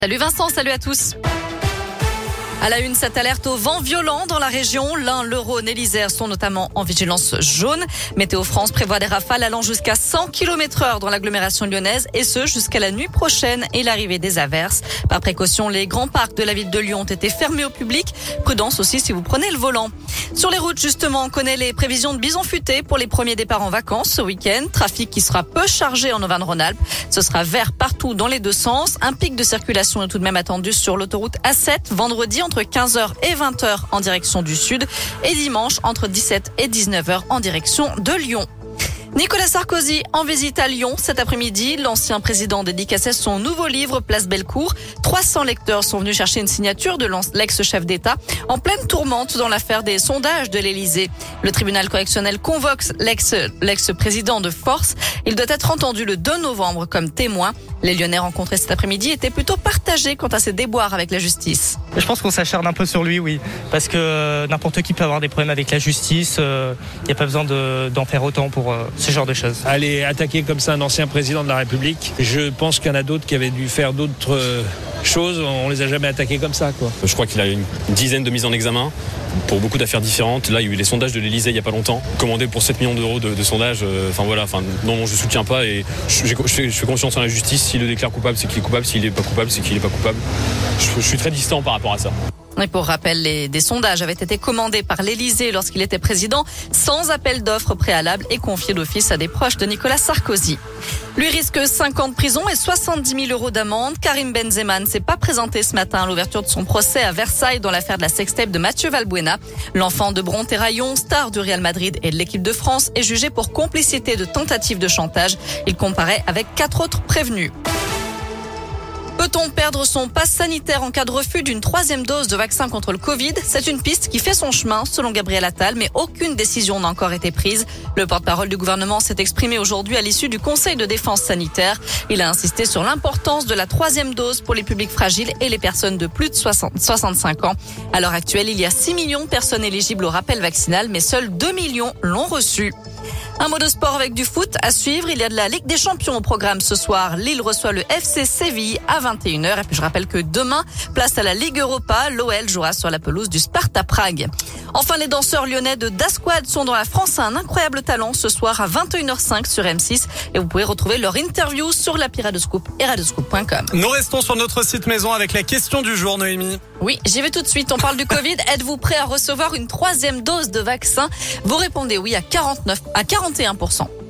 Salut Vincent, salut à tous. À la une, cette alerte au vent violent dans la région. L'Ain, le Rhône et l'Isère sont notamment en vigilance jaune. Météo France prévoit des rafales allant jusqu'à 100 km/h dans l'agglomération lyonnaise et ce jusqu'à la nuit prochaine et l'arrivée des averses. Par précaution, les grands parcs de la ville de Lyon ont été fermés au public. Prudence aussi si vous prenez le volant. Sur les routes, justement, on connaît les prévisions de bison futé pour les premiers départs en vacances ce week-end. Trafic qui sera peu chargé en Auvergne-Rhône-Alpes. Ce sera vert partout dans les deux sens. Un pic de circulation est tout de même attendu sur l'autoroute A7 vendredi entre 15h et 20h en direction du sud et dimanche entre 17 et 19h en direction de Lyon. Nicolas Sarkozy en visite à Lyon cet après-midi. L'ancien président dédicaçait son nouveau livre Place Bellecour. 300 lecteurs sont venus chercher une signature de l'ex-chef d'État en pleine tourmente dans l'affaire des sondages de l'Élysée. Le tribunal correctionnel convoque l'ex-président de force. Il doit être entendu le 2 novembre comme témoin. Les Lyonnais rencontrés cet après-midi étaient plutôt partagés quant à ses déboires avec la justice. Je pense qu'on s'acharne un peu sur lui, oui. Parce que n'importe qui peut avoir des problèmes avec la justice. Il n'y a pas besoin d'en faire autant pour ce genre de choses. Aller attaquer comme ça un ancien président de la République, je pense qu'il y en a d'autres qui avaient dû faire d'autres choses. On les a jamais attaqués comme ça, quoi. Je crois qu'il a une dizaine de mises en examen pour beaucoup d'affaires différentes. Là, il y a eu les sondages de l'Élysée il y a pas longtemps, commandés pour 7 millions d'euros de sondages. Non, je soutiens pas et je fais confiance en la justice. S'il le déclare coupable, c'est qu'il est coupable. S'il est pas coupable, c'est qu'il est pas coupable. Je suis très distant par rapport à ça. Et pour rappel, des sondages avaient été commandés par l'Élysée lorsqu'il était président, sans appel d'offres préalable et confiés d'office à des proches de Nicolas Sarkozy. Lui risque 5 ans de prison et 70 000 euros d'amende. Karim Benzema ne s'est pas présenté ce matin à l'ouverture de son procès à Versailles dans l'affaire de la sextape de Mathieu Valbuena. L'enfant de Bron-Terraillon, star du Real Madrid et de l'équipe de France, est jugé pour complicité de tentative de chantage. Il comparaît avec 4 autres prévenus. Peut-on perdre son passe sanitaire en cas de refus d'une 3e dose de vaccin contre le Covid? C'est une piste qui fait son chemin, selon Gabriel Attal, mais aucune décision n'a encore été prise. Le porte-parole du gouvernement s'est exprimé aujourd'hui à l'issue du Conseil de défense sanitaire. Il a insisté sur l'importance de la 3e dose pour les publics fragiles et les personnes de plus de 65 ans. À l'heure actuelle, il y a 6 millions de personnes éligibles au rappel vaccinal, mais seuls 2 millions l'ont reçu. Un mot de sport avec du foot à suivre. Il y a de la Ligue des Champions au programme ce soir. Lille reçoit le FC Séville à 21h. Et puis je rappelle que demain, place à la Ligue Europa. L'OL jouera sur la pelouse du Sparta Prague. Enfin, les danseurs lyonnais de Dasquad sont dans la France à un incroyable talent ce soir à 21h05 sur M6. Et vous pouvez retrouver leur interview sur l'appli Radio Scoop et radioscoop.com. Nous restons sur notre site maison avec la question du jour, Noémie. Oui, j'y vais tout de suite. On parle du Covid. Êtes-vous prêt à recevoir une 3e dose de vaccin? Vous répondez oui à 41%.